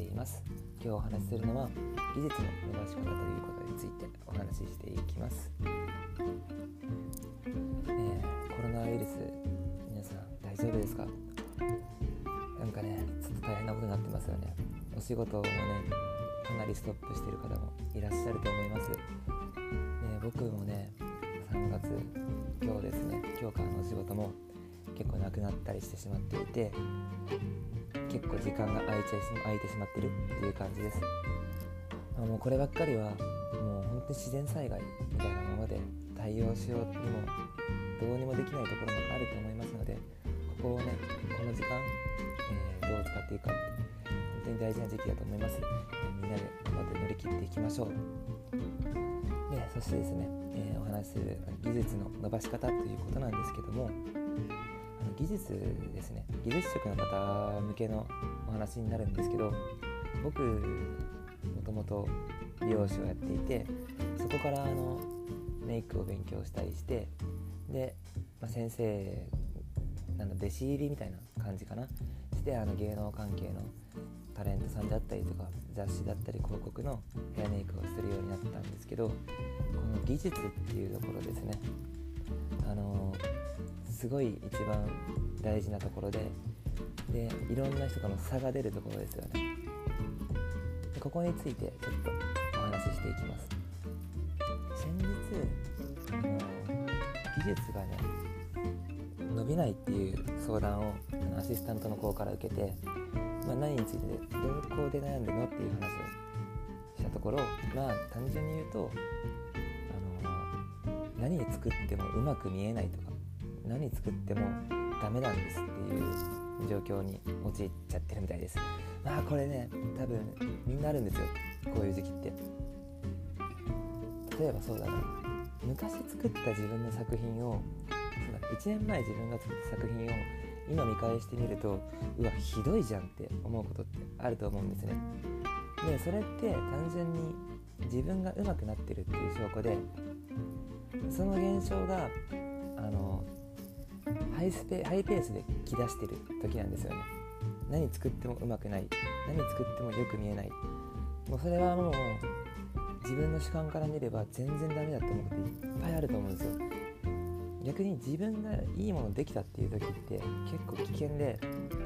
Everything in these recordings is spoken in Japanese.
います。今日お話しするのは技術の伸ばし方ということについてお話ししていきます。コロナウイルス、皆さん大丈夫ですか？なんかね、ちょっと大変なことになってますよね。お仕事もね、かなりストップしている方もいらっしゃると思います。僕もね、3月、今日ですね、今日からのお仕事も結構なくなったりしてしまっていて、結構時間が空いてしまってるっていう感じです。もうこればっかりはもう本当に自然災害みたいなもので対応しようにもどうにもできないところもあると思いますので、ここをね、この時間、どう使っていくかって本当に大事な時期だと思います。みんなで頑張って乗り切っていきましょう。そしてですね、お話しする技術の伸ばし方ということなんですけども、技術ですね、技術職の方向けのお話になるんですけど、僕もともと美容師をやっていて、そこからメイクを勉強したりして、で、先生弟子入りみたいな感じかなして、芸能関係のタレントさんであったりとか雑誌だったり広告のヘアメイクをするようになったんですけど、この技術っていうところですね、すごい一番大事なところで、いろんな人との差が出るところですよね。ここについてちょっとお話ししていきます。先日技術がね伸びないっていう相談をアシスタントの子から受けて、何についてどこで悩んでるのっていう話をしたところ、単純に言うと何作ってもうまく見えないとか、何作ってもダメなんですっていう状況に陥っちゃってるみたいです。これね、多分みんなあるんですよ、こういう時期って。例えばそうだな、昔作った自分の作品を、1年前自分が作った作品を今見返してみると、うわひどいじゃんって思うことってあると思うんですね。でそれって単純に自分が上手くなってるっていう証拠で、その現象がハイペースで来だしてる時なんですよね。何作っても上手くない、何作ってもよく見えない、もうそれはもう自分の主観から見れば全然ダメだと思うこといっぱいあると思うんですよ。逆に自分がいいものできたっていう時って結構危険で、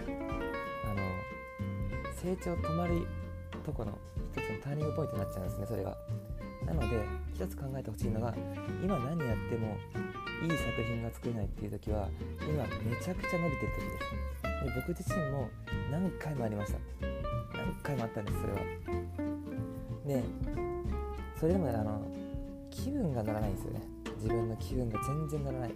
成長止まるとこの一つのターニングポイントになっちゃうんですね、それが。なので一つ考えてほしいのが、今何やってもいい作品が作れないっていう時は今めちゃくちゃ伸びてる時です。で僕自身も何回もありました。何回もあったんです、それは。でそれでも気分が乗らないんですよね。自分の気分が全然乗らない。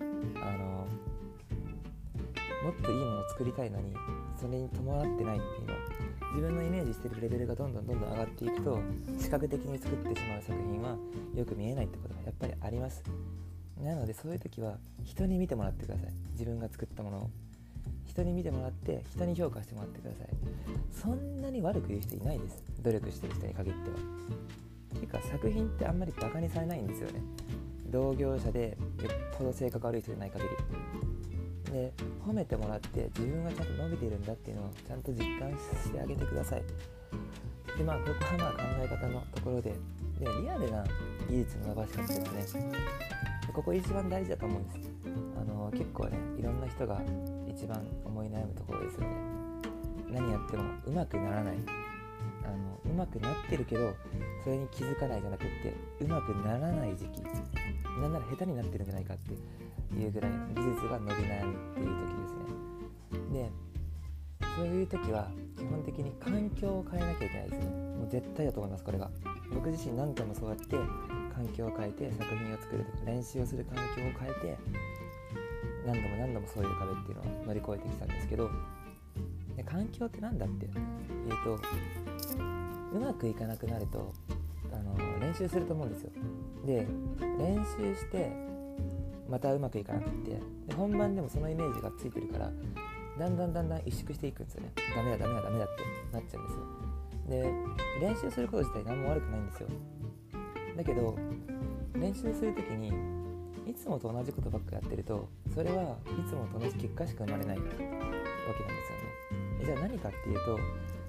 もっといいものを作りたいのにそれに伴ってないっていうのを、自分のイメージしてるレベルがどんどん上がっていくと、視覚的に作ってしまう作品はよく見えないってことがやっぱりあります。なのでそういう時は人に見てもらってください。自分が作ったものを人に見てもらって、人に評価してもらってください。そんなに悪く言う人いないです、努力してる人に限っては。ていうか作品ってあんまりバカにされないんですよね、同業者でよっぽど性格悪い人じゃない限り。で褒めてもらって自分がちゃんと伸びているんだっていうのをちゃんと実感してあげてください。でここは考え方のところで、リアルな技術の伸ばし方ですね。でここ一番大事だと思うんです。結構ね、いろんな人が一番思い悩むところですよね。何やってもうまくならない、うまくなってるけどそれに気づかないじゃなくって、うまくならない時期、なんなら下手になってるんじゃないかっていうぐらい技術が伸び悩むっていう時ですね。でそういう時は基本的に環境を変えなきゃいけないですね。もう絶対だと思います、これが。僕自身何回もそうやって環境を変えて作品を作る、練習をする環境を変えて、何度もそういう壁っていうのを乗り越えてきたんですけど、で環境ってなんだって言うと、うまくいかなくなると練習すると思うんですよ。で練習してまたうまくいかなくって、で本番でもそのイメージがついてるから、だんだん萎縮していくんですよね。ダメだってなっちゃうんですよ。で練習すること自体何も悪くないんですよ。だけど練習するときにいつもと同じことばっかやってると、それはいつもと同じ結果しか生まれないわけなんですよね。じゃあ何かっていうと、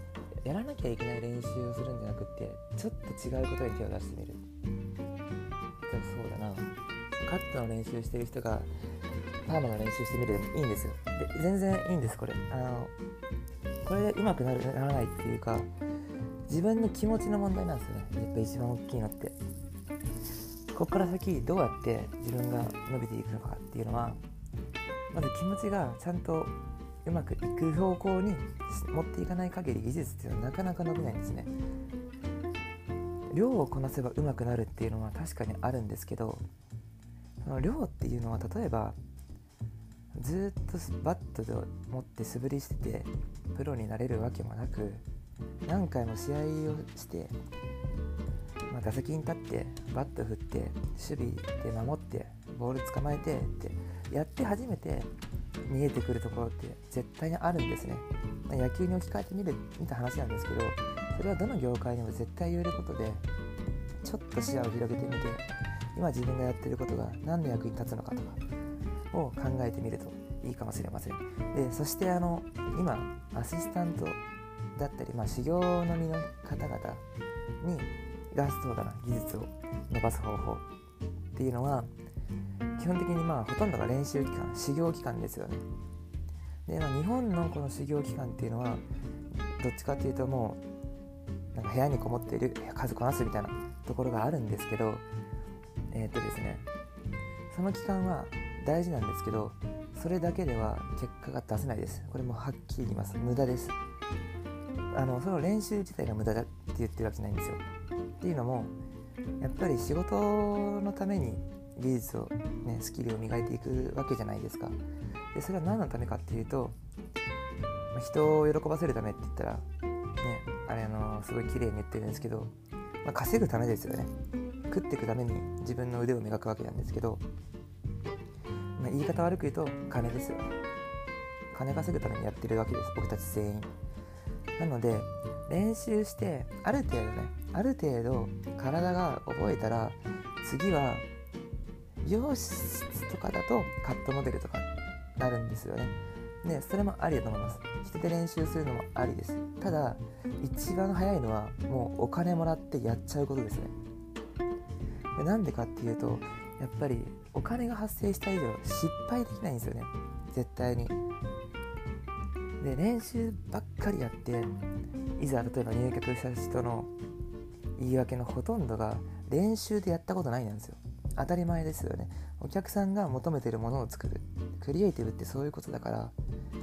やらなきゃいけない練習をするんじゃなくってちょっと違うことに手を出してみる。そうだな、カットの練習してる人がパーマの練習してみるでもいいんですよ。で全然いいんです。これこれで上手くならないっていうか、自分の気持ちの問題なんですよね。やっぱ一番大きいのって、ここから先どうやって自分が伸びていくのかっていうのは、まず気持ちがちゃんとうまくいく方向に持っていかない限り技術っていうのはなかなか伸びないんですね。量をこなせば上手くなるっていうのは確かにあるんですけど、その量っていうのは例えばずっとバットで持って素振りしててプロになれるわけもなく、何回も試合をして、打席に立ってバット振って守備で守ってボール捕まえてってやって初めて見えてくるところって絶対にあるんですね。野球に置き換えてみた話なんですけど、それはどの業界にも絶対言えることで、ちょっと視野を広げてみて今自分がやってることが何の役に立つのかとかを考えてみるといいかもしれません。でそして今アシスタントだったり、修行の身の方々にそうだな、技術を伸ばす方法っていうのは基本的にほとんどが練習期間、修行期間ですよね。で、日本のこの修行期間っていうのはどっちかっていうともう部屋にこもっている数こなすみたいなところがあるんですけど、ですね、その期間は大事なんですけど、それだけでは結果が出せないです。これもはっきり言います。無駄です。その練習自体が無駄だって言ってるわけじゃないんですよ。っていうのもやっぱり仕事のために技術を、スキルを磨いていくわけじゃないですか。でそれは何のためかっていうと、人を喜ばせるためって言ったらすごい綺麗に言ってるんですけど、稼ぐためですよね。食っていくために自分の腕を磨くわけなんですけど、言い方悪く言うと金ですよね。金稼ぐためにやってるわけです、僕たち全員。なので練習してある程度体が覚えたら、次は美容室とかだとカットモデルとかなるんですよね。でそれもありだと思います。人で練習するのもありです。ただ一番早いのはもうお金もらってやっちゃうことですね。でなんでかっていうと、やっぱりお金が発生した以上失敗できないんですよね、絶対に。で練習ばっかりやって、いざ例えば入局した人の言い訳のほとんどが練習でやったことないなんですよ。当たり前ですよね。お客さんが求めているものを作る、クリエイティブってそういうことだから、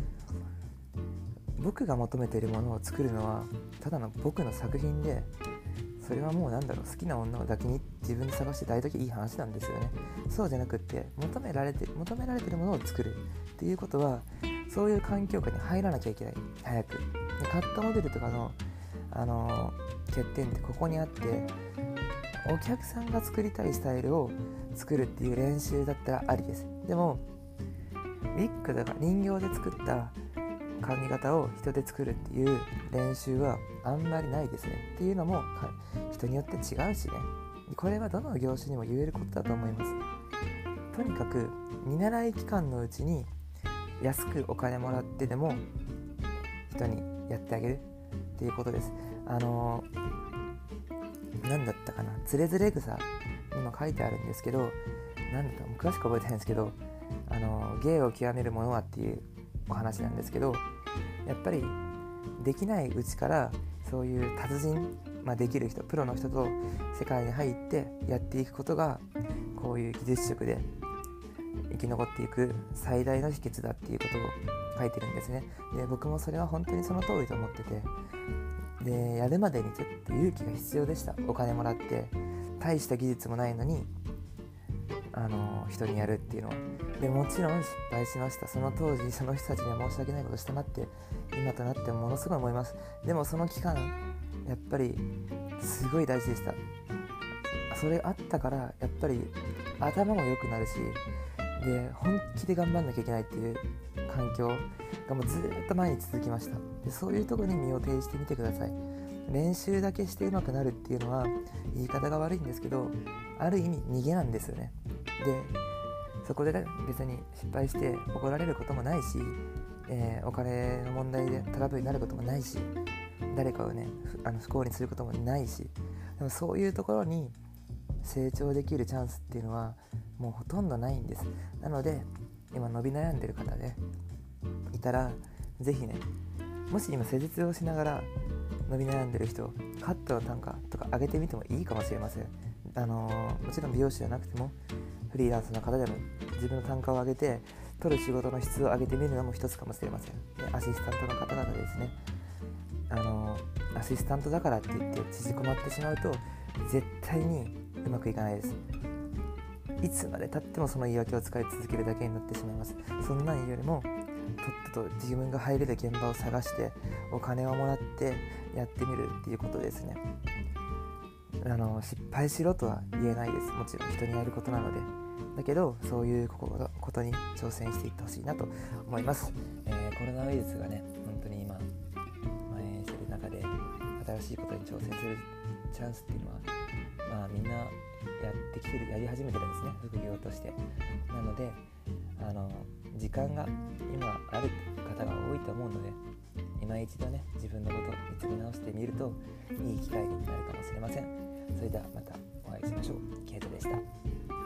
僕が求めているものを作るのはただの僕の作品で、それはもう好きな女を抱きに自分で探して抱いときゃいい話なんですよね。そうじゃなくって求められているものを作るっていうことは、そういう環境下に入らなきゃいけない。早くカットモデルとかの欠点ってここにあって、お客さんが作りたいスタイルを作るっていう練習だったらありです。でもウィッグとか人形で作った髪型を人で作るっていう練習はあんまりないですね。っていうのも人によって違うしね。これはどの業種にも言えることだと思います。とにかく見習い期間のうちに安くお金もらってでも人にやってあげるっていうことです。何だったかな、つれづれ草にも書いてあるんですけど、詳しく覚えてないんですけど、芸を極めるものはっていうお話なんですけど、やっぱりできないうちからそういう達人、できる人、プロの人と世界に入ってやっていくことが、こういう技術職で生き残っていく最大の秘訣だっていうことを書いてるんですね。で僕もそれは本当にその通りと思ってて、でやるまでにちょっと勇気が必要でした。お金もらって大した技術もないのに人にやるっていうのは。でもちろん失敗しました。その当時その人たちには申し訳ないことしたなって今となってもものすごい思います。でもその期間やっぱりすごい大事でした。それあったからやっぱり頭も良くなるし、で本気で頑張んなきゃいけないっていう環境がもうずっと前に続きました。でそういうところに身を挺してみてください。練習だけして上手くなるっていうのは言い方が悪いんですけど、ある意味逃げなんですよね。でそこで別に失敗して怒られることもないし、お金の問題でトラブルになることもないし、 誰かをね不幸にすることもないし、でもそういうところに成長できるチャンスっていうのはもうほとんどないんです。なので今伸び悩んでる方でいたら、ぜひね、もし今施術をしながら伸び悩んでる人、カットの単価とか上げてみてもいいかもしれません。もちろん美容師じゃなくてもフリーランスの方でも自分の単価を上げて取る仕事の質を上げてみるのも一つかもしれません。でアシスタントの方々ですね、アシスタントだからって言って縮こまってしまうと絶対にうまくいかないです。いつまで経ってもその言い訳を使い続けるだけになってしまいます。そんなんよりもとっとと自分が入れる現場を探してお金をもらってやってみるっていうことですね。失敗しろとは言えないです。もちろん人にやることなので。だけどそういうことに挑戦していってほしいなと思います。コロナウイルスがね本当に今蔓延している中で新しいことに挑戦するチャンスっていうのはみんなやり始めてるんですね、副業として。なので時間が今ある方が多いと思うので、今一度ね自分のことを見つめ直してみるといい機会になるかもしれません。それではまたお会いしましょう。ケイトでした。